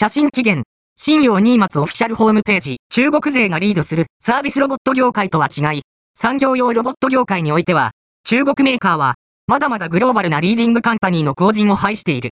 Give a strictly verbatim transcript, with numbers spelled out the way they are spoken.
写真起源。信陽新松オフィシャルホームページ。中国勢がリードするサービスロボット業界とは違い、産業用ロボット業界においては、中国メーカーは、まだまだグローバルなリーディングカンパニーの後塵を拝している。